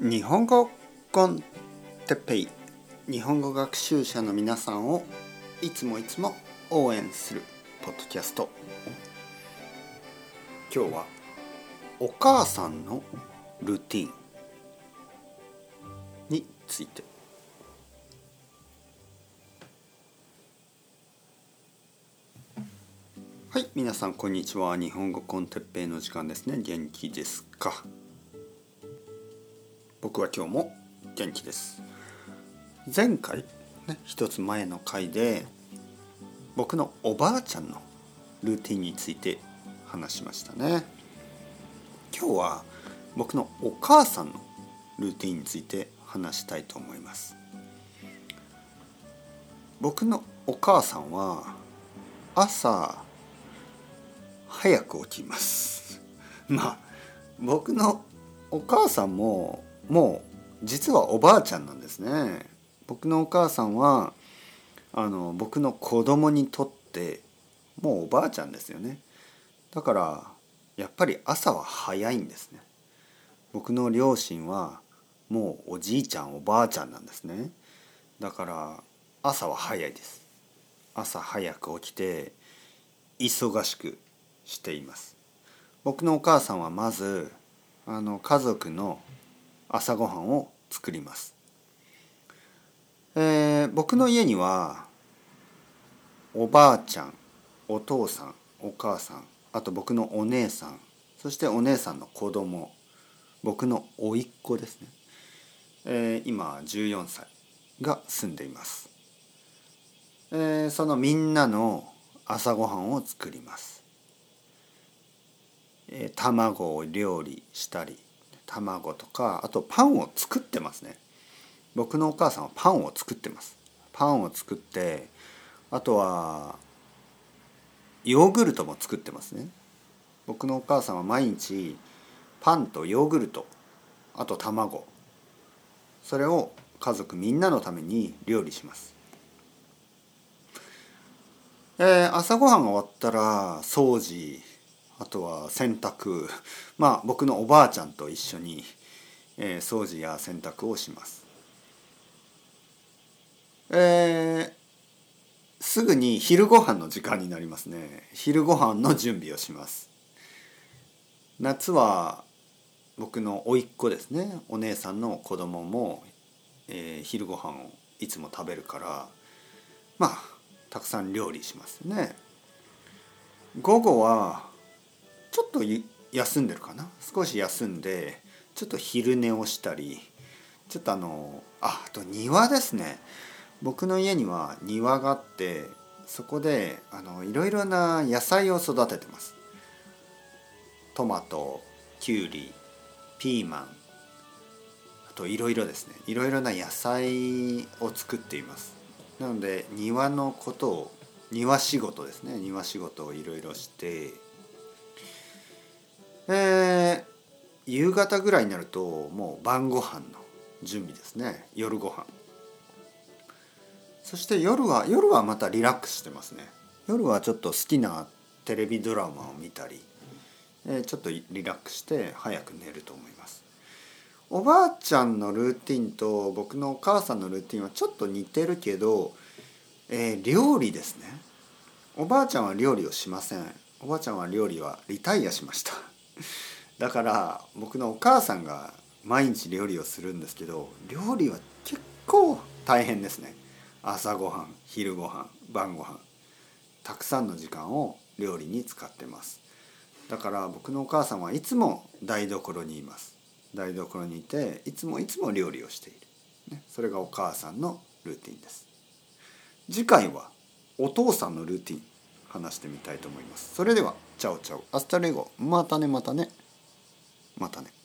日本語コンテッペイ、日本語学習者の皆さんをいつも応援するポッドキャスト。今日はお母さんのルーティンについて。はい、皆さんこんにちは。日本語コンテッペイの時間ですね。元気ですか？僕は今日も元気です。前回ね、一つ前の回で僕のおばあちゃんのルーティンについて話しましたね。今日は僕のお母さんのルーティンについて話したいと思います。僕のお母さんは朝早く起きます。僕のお母さんもう実はおばあちゃんなんですね。僕のお母さんは僕の子供にとってもうおばあちゃんですよね。だからやっぱり朝は早いんですね。僕の両親はもうおじいちゃんおばあちゃんなんですね。だから朝は早いです。朝早く起きて忙しくしています。僕のお母さんはまず家族の朝ごはんを作ります。僕の家にはおばあちゃん、お父さん、お母さん、あと僕のお姉さん、そしてお姉さんの子供、僕の甥っ子ですね。今14歳が住んでいます。そのみんなの朝ごはんを作ります。卵を料理したり、卵とかあとパンを作ってますね。僕のお母さんはパンを作ってます。パンを作って、あとはヨーグルトも作ってますね。僕のお母さんは毎日パンとヨーグルト、あと卵、それを家族みんなのために料理します。朝ごはんが終わったら掃除、あとは洗濯、僕のおばあちゃんと一緒に、掃除や洗濯をします。すぐに昼ご飯の時間になりますね。昼ご飯の準備をします。夏は僕の甥っ子ですね、お姉さんの子供も、昼ご飯をいつも食べるからたくさん料理しますね。午後はちょっと休んでるかな。少し休んでちょっと昼寝をしたり、ちょっとあと庭ですね。僕の家には庭があって、そこでいろいろな野菜を育ててます。トマト、キュウリ、ピーマン、あといろいろですね。いろいろな野菜を作っています。なので庭仕事ですね。庭仕事をいろいろして、夕方ぐらいになるともう晩ご飯の準備ですね。夜ご飯。そして夜はまたリラックスしてますね。夜はちょっと好きなテレビドラマを見たり、ちょっとリラックスして早く寝ると思います。おばあちゃんのルーティンと僕のお母さんのルーティンはちょっと似てるけど、料理ですね。おばあちゃんは料理をしません。おばあちゃんは料理はリタイアしました。だから僕のお母さんが毎日料理をするんですけど、料理は結構大変ですね。朝ごはん、昼ごはん、晩ごはん、たくさんの時間を料理に使ってます。だから僕のお母さんはいつも台所にいます。台所にいていつも料理をしている、それがお母さんのルーティンです。次回はお父さんのルーティン話してみたいと思います。それではチャオチャオ、アスタレゴ、またね。